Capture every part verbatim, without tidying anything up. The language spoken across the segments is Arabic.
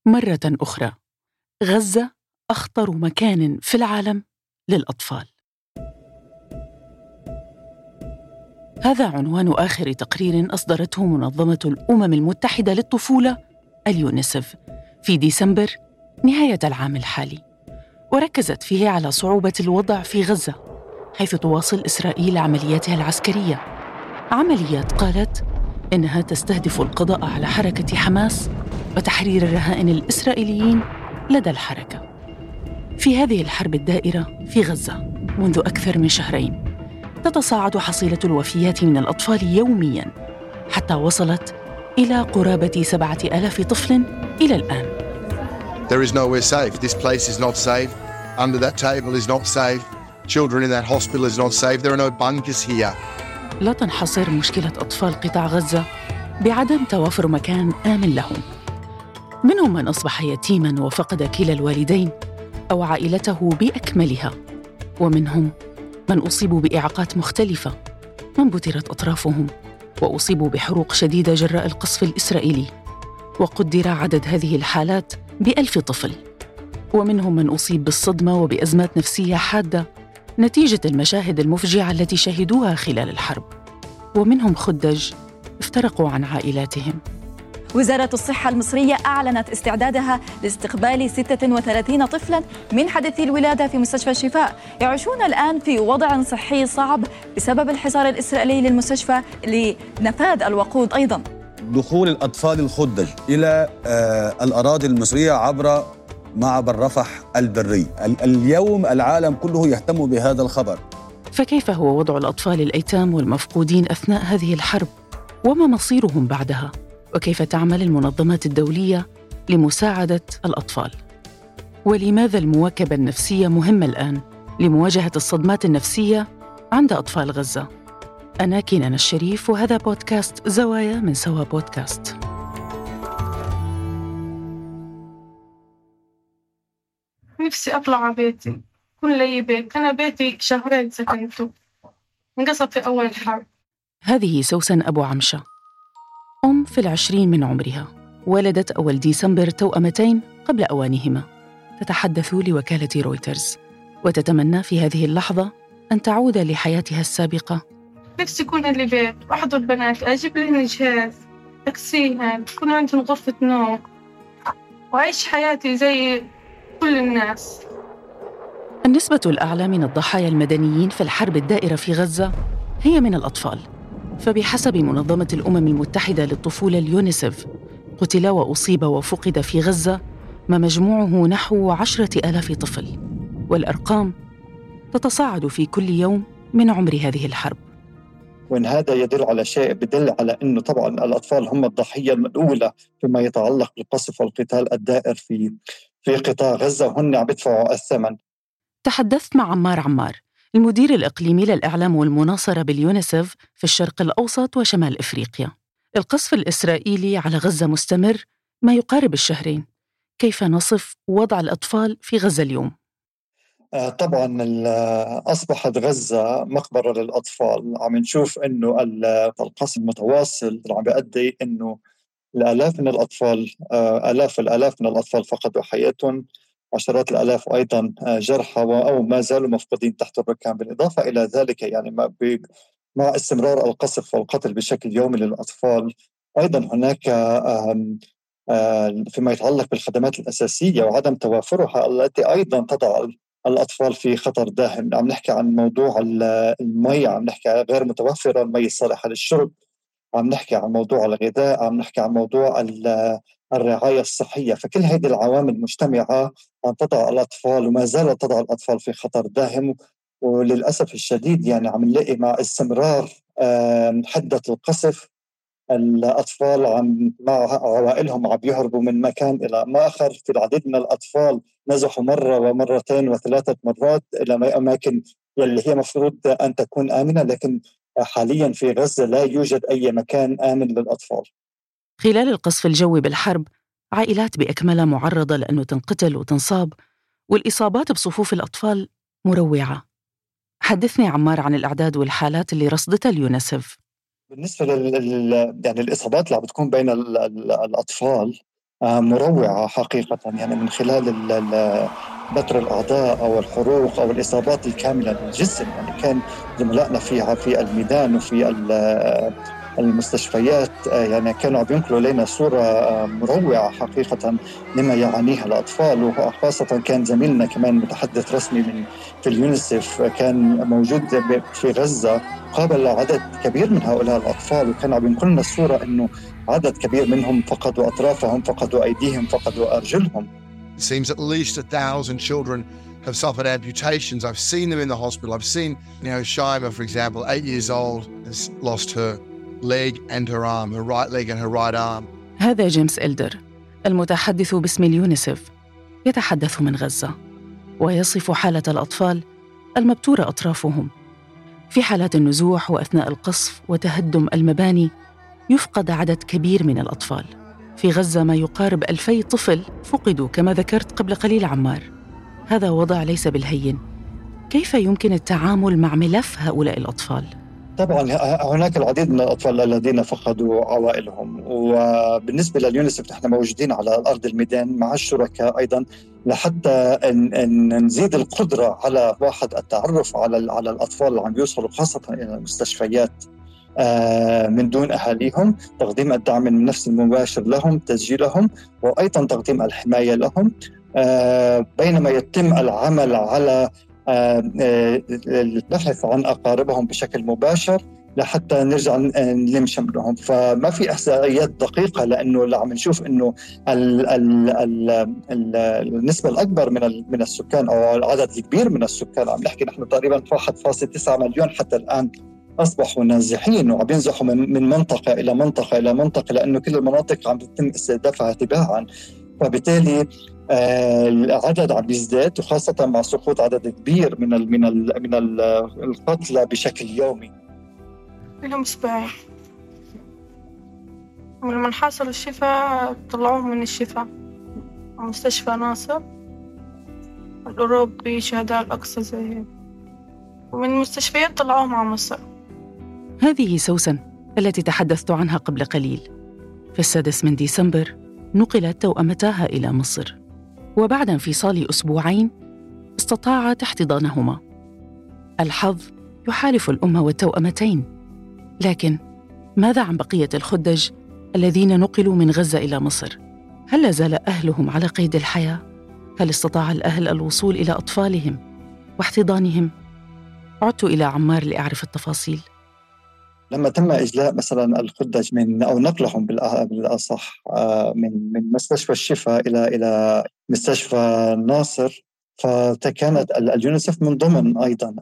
مرة أخرى، غزة أخطر مكان في العالم للأطفال. هذا عنوان آخر تقرير أصدرته منظمة الأمم المتحدة للطفولة اليونيسف في ديسمبر نهاية العام الحالي، وركزت فيه على صعوبة الوضع في غزة، حيث تواصل إسرائيل عملياتها العسكرية، عمليات قالت إنها تستهدف القضاء على حركة حماس وتحرير الرهائن الإسرائيليين لدى الحركة. في هذه الحرب الدائرة في غزة منذ أكثر من شهرين، تتصاعد حصيلة الوفيات من الأطفال يومياً، حتى وصلت إلى قرابة سبعة آلاف طفل إلى الآن. There is nowhere safe. This place is not safe. Under that table is not safe. Children in that hospital is not safe. There are no bunkers here. لا تنحصر مشكلة أطفال قطاع غزة بعدم توافر مكان آمن لهم. منهم من أصبح يتيماً وفقد كلا الوالدين أو عائلته بأكملها، ومنهم من أصيبوا بإعاقات مختلفة، من بترت أطرافهم وأصيبوا بحروق شديدة جراء القصف الإسرائيلي، وقدر عدد هذه الحالات بألف طفل. ومنهم من أصيب بالصدمة وبأزمات نفسية حادة نتيجة المشاهد المفجعة التي شهدوها خلال الحرب، ومنهم خدج افترقوا عن عائلاتهم. وزارة الصحة المصرية أعلنت استعدادها لاستقبال ستة وثلاثين طفلاً من حدثي الولادة في مستشفى الشفاء يعيشون الآن في وضع صحي صعب بسبب الحصار الإسرائيلي للمستشفى لنفاذ الوقود. أيضاً دخول الأطفال الخدج إلى الأراضي المصرية عبر معبر رفح البري. اليوم العالم كله يهتم بهذا الخبر. فكيف هو وضع الأطفال الأيتام والمفقودين أثناء هذه الحرب؟ وما مصيرهم بعدها؟ وكيف تعمل المنظمات الدولية لمساعدة الأطفال؟ ولماذا المواكبة النفسية مهمة الآن لمواجهة الصدمات النفسية عند أطفال غزة؟ أنا كنان الشريف، وهذا بودكاست زوايا من سوا بودكاست. نفسي أطلع على بيتي، كل لي بيت. أنا بيتي شهرين سكنته، انقصف في أول الحرب. هذه سوسن أبو عمشة، أم في العشرين من عمرها، ولدت أول ديسمبر توأمتين قبل أوانهما. تتحدث لوكالة رويترز وتتمنى في هذه اللحظة أن تعود لحياتها السابقة. نفسي يكون لي بيت وأحضر بنات، أجيب لهم جهاز، أكسيها، تكون عندهم غرفة نوم، وأعيش حياتي زي كل الناس. النسبة الأعلى من الضحايا المدنيين في الحرب الدائرة في غزة هي من الأطفال. فبحسب منظمة الأمم المتحدة للطفولة اليونيسف، قتل وأصيب وفقد في غزة ما مجموعه نحو عشرة آلاف طفل، والأرقام تتصاعد في كل يوم من عمر هذه الحرب. وإن هذا يدل على شيء، بدل على أنه طبعاً الأطفال هم الضحية الأولى فيما يتعلق بالقصف والقتال الدائر في في قطاع غزة، وهن عم يدفعوا الثمن. تحدثت مع عمار عمار، المدير الإقليمي للإعلام والمناصرة باليونيسف في الشرق الأوسط وشمال إفريقيا. القصف الإسرائيلي على غزة مستمر ما يقارب الشهرين. كيف نصف وضع الأطفال في غزة اليوم؟ طبعاً أصبحت غزة مقبرة للأطفال. عم نشوف أنه القصف المتواصل عم بيؤدي أنه الآلاف من الأطفال، آلاف الآلاف من الأطفال فقدوا حياتهم، عشرات الآلاف أيضاً جرحى أو ما زالوا مفقودين تحت الركام. بالإضافة إلى ذلك يعني مع استمرار القصف والقتل بشكل يومي للأطفال، أيضاً هناك فيما يتعلق بالخدمات الأساسية وعدم توافرها التي أيضاً تضع الأطفال في خطر داهم. عم نحكي عن موضوع المي، عم نحكي غير متوفرة المي الصالحة للشرب، عم نحكي عن موضوع الغذاء، عم نحكي عن موضوع الرعاية الصحية. فكل هذه العوامل مجتمعة عم تضع الأطفال وما زالت تضع الأطفال في خطر داهم. وللأسف الشديد يعني عم نلاقي مع استمرار حدة القصف الأطفال عم مع عوائلهم عم يهربوا من مكان إلى آخر. في العديد من الأطفال نزحوا مرة ومرتين وثلاثة مرات إلى أماكن يلي هي مفروض أن تكون آمنة، لكن حالياً في غزة لا يوجد أي مكان آمن للأطفال. خلال القصف الجوي بالحرب، عائلات بأكملها معرضة لأنه تنقتل وتنصاب، والإصابات بصفوف الأطفال مروعة. حدثني عمار عن الأعداد والحالات اللي رصدتها اليونيسف. بالنسبة لل يعني الإصابات اللي بتكون بين ال ال الأطفال، مروعة حقيقة، يعني من خلال بتر الأعضاء أو الحروق أو الإصابات الكاملة للجسم. يعني كان زملائنا في في الميدان وفي المستشفيات يعني كانوا بينقلوا لنا صورة مروعة حقيقة لما يعانيها الأطفال، وخاصة كان زميلنا كمان متحدث رسمي من في اليونيسف كان موجود في غزة قابل عدد كبير من هؤلاء الأطفال، وكان بينقل لنا الصورة أنه عدد كبير منهم فقدوا أطرافهم، فقدوا أيديهم، فقدوا أرجلهم. It seems at least a thousand children have suffered amputations. I've seen them in the hospital. I've seen, you know, Shaima, for example, eight years old, has lost her leg and her arm, her right leg and her right arm. هذا جيمس إلدر المتحدث باسم اليونيسف، يتحدث من غزة ويصف حالة الأطفال المبتورة أطرافهم. في حالات النزوح وأثناء القصف وتهدم المباني يفقد عدد كبير من الأطفال. في غزة ما يقارب ألفي طفل فقدوا كما ذكرت قبل قليل عمار. هذا وضع ليس بالهين. كيف يمكن التعامل مع ملف هؤلاء الأطفال؟ طبعا هناك العديد من الأطفال الذين فقدوا عوائلهم، وبالنسبة لليونيسف نحن موجودين على أرض الميدان مع الشركاء أيضا لحتى أن, أن نزيد القدرة على واحد التعرف على على الأطفال اللي عم يوصلوا خاصة إلى المستشفيات من دون أهاليهم، تقديم الدعم النفسي المباشر لهم، تسجيلهم، وأيضا تقديم الحماية لهم، بينما يتم العمل على البحث عن أقاربهم بشكل مباشر لحتى نرجع نلم شملهم. فما في إحصائيات دقيقة، لأنه اللي عم نشوف إنه ال ال ال ال النسبة الأكبر من من السكان أو العدد الكبير من السكان، عم نحكي نحن تقريبا واحد فاصلة تسعة مليون حتى الآن أصبحوا نازحين وعم ينزحوا من, من منطقة إلى منطقة إلى منطقة، لأنه كل المناطق عم تتم استهدافها تباعا. فبالتالي آه العدد عم يزداد، وخاصة مع سقوط عدد كبير من ال من ال من ال القتلى بشكل يومي. لهم أسبوعين ولما حصل الشفاء طلعوهم من الشفاء مستشفى ناصر الأوروبي شهداء الأقصى زي هيك، ومن المستشفيات طلعوهم على مصر. هذه سوسن التي تحدثت عنها قبل قليل. في السادس من ديسمبر نقلت توأمتاها إلى مصر، وبعد انفصال أسبوعين استطاعت احتضانهما. الحظ يحالف الأم والتوأمتين، لكن ماذا عن بقية الخدج الذين نقلوا من غزة إلى مصر؟ هل لا زال أهلهم على قيد الحياة؟ هل استطاع الأهل الوصول إلى أطفالهم واحتضانهم؟ عدت إلى عمار لأعرف التفاصيل. لما تم إجلاء مثلا الخدج من أو نقلهم بالأصح من من مستشفى الشفاء إلى إلى مستشفى ناصر، فكانت اليونيسف من ضمن أيضا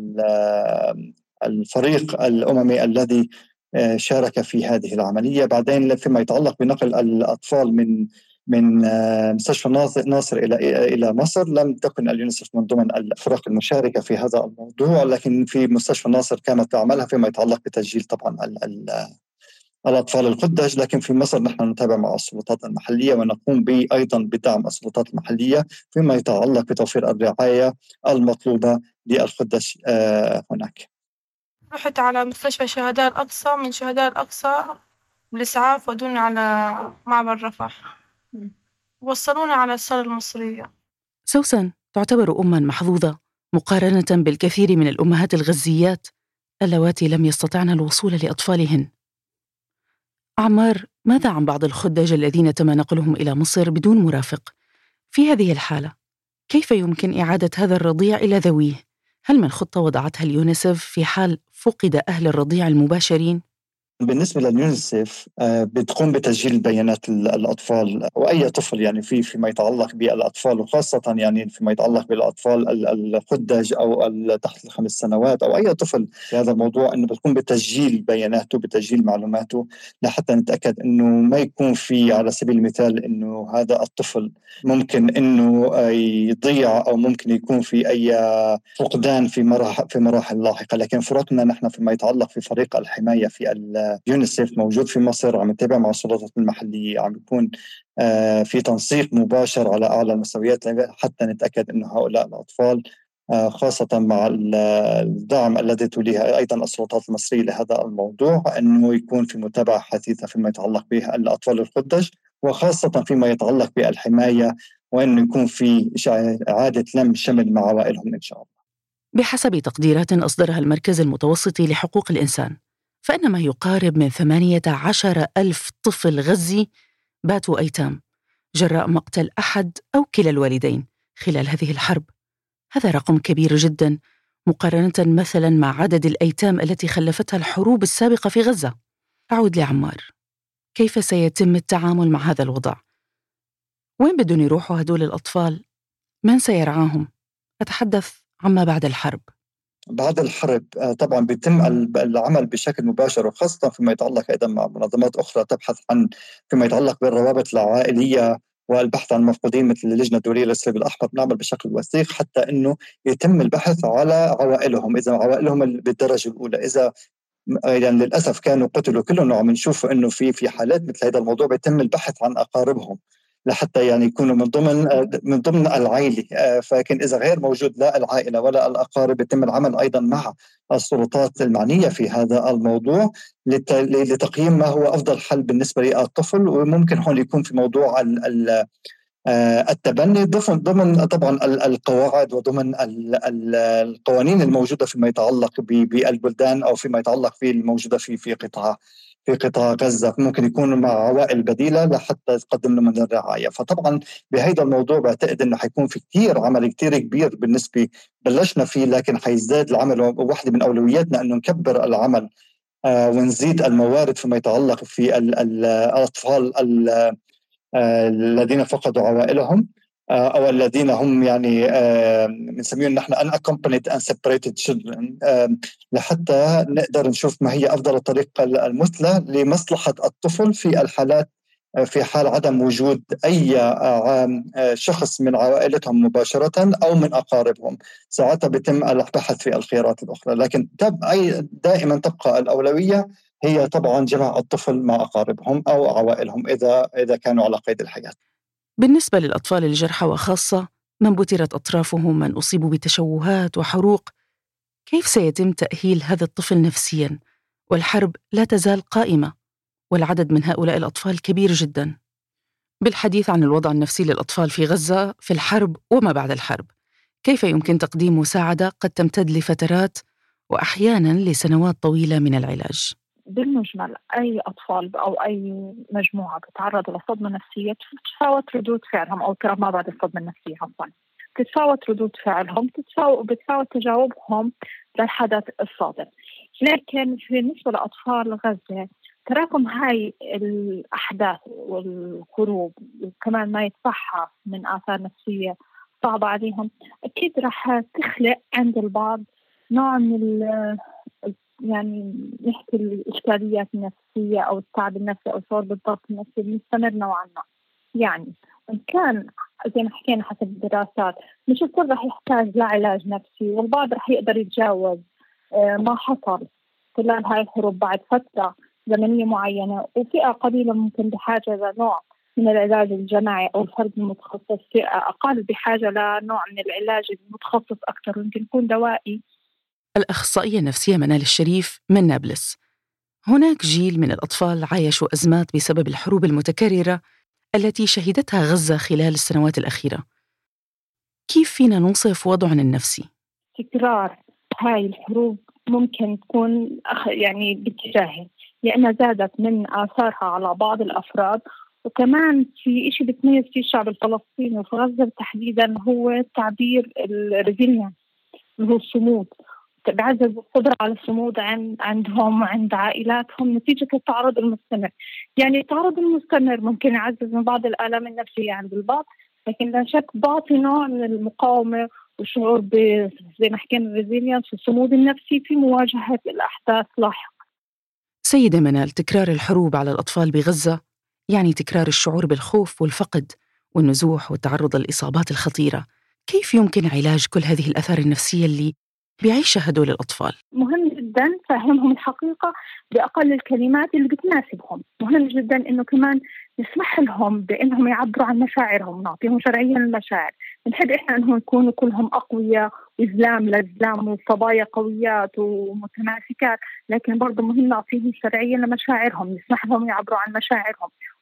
الفريق الأممي الذي شارك في هذه العملية. بعدين فيما يتعلق بنقل الأطفال من من مستشفى ناصر إلى إلى مصر، لم تكن اليونيسف من ضمن الفرق المشاركة في هذا الموضوع، لكن في مستشفى ناصر كانت تعملها فيما يتعلق بتسجيل طبعا ال ال الأطفال الخدج. لكن في مصر نحن نتابع مع السلطات المحلية ونقوم أيضا بدعم السلطات المحلية فيما يتعلق بتوفير الرعاية المطلوبة للخدج هناك. رحت على مستشفى شهداء الأقصى، من شهداء الأقصى بالإسعاف ودوني على معبر رفح، وصلونا على الصالة المصرية. سوسن تعتبر أماً محظوظة مقارنة بالكثير من الأمهات الغزيات اللواتي لم يستطعن الوصول لأطفالهن. عمار، ماذا عن بعض الخدج الذين تم نقلهم إلى مصر بدون مرافق؟ في هذه الحالة كيف يمكن إعادة هذا الرضيع إلى ذويه؟ هل من خطة وضعتها اليونيسف في حال فقد أهل الرضيع المباشرين؟ بالنسبة لليونيسف بتقوم بتسجيل بيانات الأطفال وأي طفل يعني في فيما يتعلق بالأطفال، وخاصة يعني فيما يتعلق بالأطفال الخدج أو تحت الخمس سنوات أو أي طفل في هذا الموضوع، أنه بتقوم بتسجيل بياناته بتسجيل معلوماته لحتى نتأكد أنه ما يكون في على سبيل المثال أنه هذا الطفل ممكن أنه يضيع أو ممكن يكون في أي فقدان في مراحل في مراحل لاحقة. لكن فرقنا نحن فيما يتعلق في فريق الحماية في يونيسف موجود في مصر، عم يتابع مع السلطات المحلية، عم يكون آه في تنسيق مباشر على أعلى المستويات حتى نتأكد أن هؤلاء الأطفال آه خاصة مع الدعم الذي توليها أيضا السلطات المصرية لهذا الموضوع، أنه يكون في متابعة حثيثة فيما يتعلق به الأطفال الخدج وخاصة فيما يتعلق بالحماية، وأنه يكون في إعادة لم شمل مع عوائلهم إن شاء الله. بحسب تقديرات أصدرها المركز المتوسطي لحقوق الإنسان، فإن ما يقارب من ثمانية عشر ألف طفل غزي باتوا أيتام جراء مقتل أحد أو كلا الوالدين خلال هذه الحرب. هذا رقم كبير جدا مقارنة مثلا مع عدد الأيتام التي خلفتها الحروب السابقة في غزة. أعود لعمار، كيف سيتم التعامل مع هذا الوضع؟ وين بدهم يروحوا هدول الأطفال؟ من سيرعاهم؟ أتحدث عما بعد الحرب. بعد الحرب طبعا بيتم العمل بشكل مباشر، وخاصة فيما يتعلق أيضا مع منظمات أخرى تبحث عن فيما يتعلق بالروابط العائلية والبحث عن المفقودين مثل اللجنة الدولية للصليب الأحمر. نعمل بشكل وثيق حتى أنه يتم البحث على عوائلهم، إذا عوائلهم بالدرجة الأولى إذا يعني للأسف كانوا قتلوا كلهم، عم نشوف أنه في في حالات مثل هذا الموضوع بيتم البحث عن أقاربهم لحتى يعني يكونوا من ضمن من ضمن العائلة. فلكن إذا غير موجود لا العائلة ولا الأقارب يتم العمل أيضا مع السلطات المعنية في هذا الموضوع لتقييم ما هو أفضل حل بالنسبة للطفل. وممكن هون يكون في موضوع التبني ضمن ضمن طبعا القواعد وضمن القوانين الموجودة فيما يتعلق بالبلدان أو فيما يتعلق في الموجودة في في قطاع في قطاع غزة. ممكن يكون مع عوائل بديلة لحتى تقدم له من الرعاية. فطبعا بهذا الموضوع بعتقد أنه حيكون في كتير عمل كتير كبير بالنسبة بلشنا فيه، لكن حيزداد العمل. وواحدة من أولوياتنا أنه نكبر العمل آه ونزيد الموارد فيما يتعلق في ال ال الأطفال آه الذين فقدوا عوائلهم آه أو الذين هم يعني بنسميهم نحن unaccompanied and separated children، آه لحتى نقدر نشوف ما هي أفضل الطريقة المثلى لمصلحة الطفل في الحالات في حال عدم وجود أي شخص من عائلتهم مباشرة أو من أقاربهم. ساعتها بيتم البحث في الخيارات الأخرى، لكن دائما تبقى الأولوية هي طبعا جمع الطفل مع أقاربهم أو عوائلهم إذا إذا كانوا على قيد الحياة. بالنسبة للأطفال الجرحى وخاصة من بترت أطرافهم، من أصيبوا بتشوهات وحروق، كيف سيتم تأهيل هذا الطفل نفسياً والحرب لا تزال قائمة والعدد من هؤلاء الأطفال كبير جداً؟ بالحديث عن الوضع النفسي للأطفال في غزة في الحرب وما بعد الحرب، كيف يمكن تقديم مساعدة قد تمتد لفترات وأحياناً لسنوات طويلة من العلاج؟ بالمجمل أي أطفال أو أي مجموعة تتعرض لصدمة نفسية تتفاوت ردود فعلهم، أو ترى ما بعد الصدمة النفسية عفوا تتفاوت ردود فعلهم تتفاوت بتفاوت تجاوبهم للحدث الصادم. لكن بالنسبة لأطفال غزة تراكم هاي الأحداث والحروب وكمان ما يتبعها من آثار نفسية صعبة عليهم أكيد راح تخلق عند البعض نوع من يعني نحكي الإشكاليات النفسية أو التعب النفسي أو الشعور بالضغط النفسي المستمر نوعا ما. يعني إن كان زي ما حكينا حسب الدراسات مش الكل راح يحتاج لعلاج نفسي، والبعض راح يقدر يتجاوز ما حصل خلال هاي الحروب بعد فترة زمنية معينة، وفئة قليلة ممكن بحاجة لنوع من العلاج الجماعي أو الفرد المتخصص، فئة أقل بحاجة لنوع من العلاج المتخصص أكثر يمكن يكون دوائي. الأخصائية النفسية منال الشريف من نابلس، هناك جيل من الأطفال عايشوا أزمات بسبب الحروب المتكررة التي شهدتها غزة خلال السنوات الأخيرة. كيف فينا نوصف وضعنا النفسي؟ تكرار هاي الحروب ممكن تكون يعني باتجاهين، لأنها زادت من آثارها على بعض الأفراد، وكمان في إشي بتميز فيه الشعب الفلسطيني وفي غزة تحديدا هو تعبير الريزيلينس اللي هو الصمود. بعزز القدرة على الصمود عند عندهم وعند عائلاتهم نتيجة التعرض المستمر. يعني التعرض المستمر ممكن يعزز من بعض الآلام النفسية عند البعض، لكن لا شك بعطي نوع من المقاومة والشعور ب زي ما حكينا الريزيلينس والصمود النفسي في مواجهة الأحداث لاحقا. سيدة منال، تكرار الحروب على الأطفال بغزة يعني تكرار الشعور بالخوف والفقد والنزوح والتعرض للإصابات الخطيرة. كيف يمكن علاج كل هذه الآثار النفسية اللي بيعيشها هدول الأطفال؟ مهم جدا فهمهم الحقيقة بأقل الكلمات اللي بتناسبهم. مهم جدا إنه كمان نسمح لهم بأنهم يعبروا عن مشاعرهم، نعطيهم شرعيا المشاعر. بنحب إحنا أنهم يكونوا كلهم أقوياء وإزلام لإزلام وصبايا قويات ومتماسكات، لكن برضو مهم نعطيهم شرعيا لمشاعرهم، نسمح لهم يعبروا عن مشاعرهم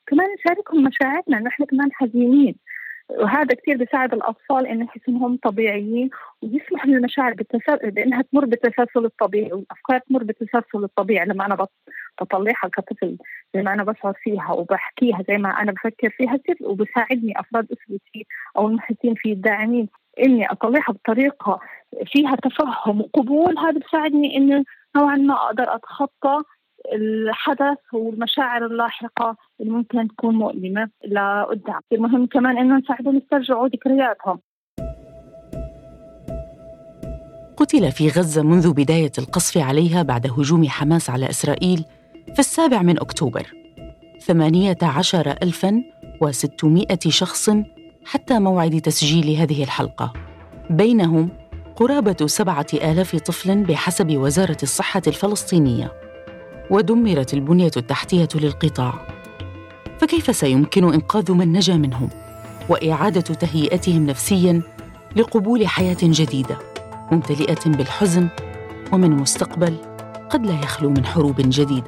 كمان نشاركهم مشاعرنا إنه إحنا كمان حزينين، وهذا كتير بيساعد الأطفال إنه يحسوا إنهم طبيعيين، ويسمح للمشاعر بالتسلسل بإنها تمر بالتسلسل الطبيعي، والأفكار تمر بالتسلسل الطبيعي. لما أنا بطلعها كطفل زي ما أنا بشعر فيها وبحكيها زي ما أنا بفكر فيها كتير، وبساعدني أفراد أسرتي أو المحيطين في الداعمين إني أطلعها بطريقة فيها تفهم وقبول. هذا بساعدني إنه نوعا ما أقدر أتخطى الحدث والمشاعر اللاحقة اللي ممكن تكون مؤلمة لقدام. المهم كمان إنه نساعدهم يسترجعوا ذكرياتهم. قتل في غزة منذ بداية القصف عليها بعد هجوم حماس على إسرائيل في السابع من أكتوبر ثمانية عشر ألفاً وستمائة شخص حتى موعد تسجيل هذه الحلقة، بينهم قرابة سبعة آلاف طفل بحسب وزارة الصحة الفلسطينية، ودمرت البنية التحتية للقطاع. فكيف سيمكن إنقاذ من نجا منهم وإعادة تهيئتهم نفسياً لقبول حياة جديدة ممتلئة بالحزن ومن مستقبل قد لا يخلو من حروب جديدة؟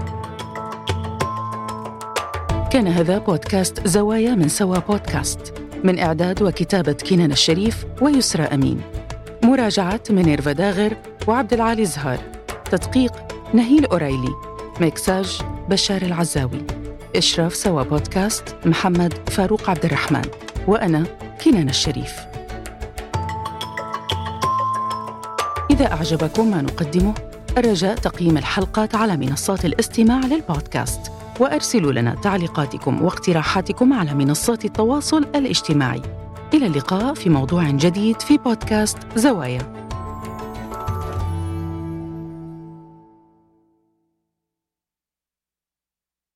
كان هذا بودكاست زوايا من سوا بودكاست، من إعداد وكتابة كنان الشريف ويسرى أمين، مراجعة منير داغر وعبد العالي زهار، تدقيق نهيل أوريلي، ميكساج بشار العزاوي، إشراف سوا بودكاست محمد فاروق عبد الرحمن، وأنا كنان الشريف. إذا أعجبكم ما نقدمه، الرجاء تقييم الحلقات على منصات الاستماع للبودكاست، وأرسلوا لنا تعليقاتكم واقتراحاتكم على منصات التواصل الاجتماعي. إلى اللقاء في موضوع جديد في بودكاست زوايا.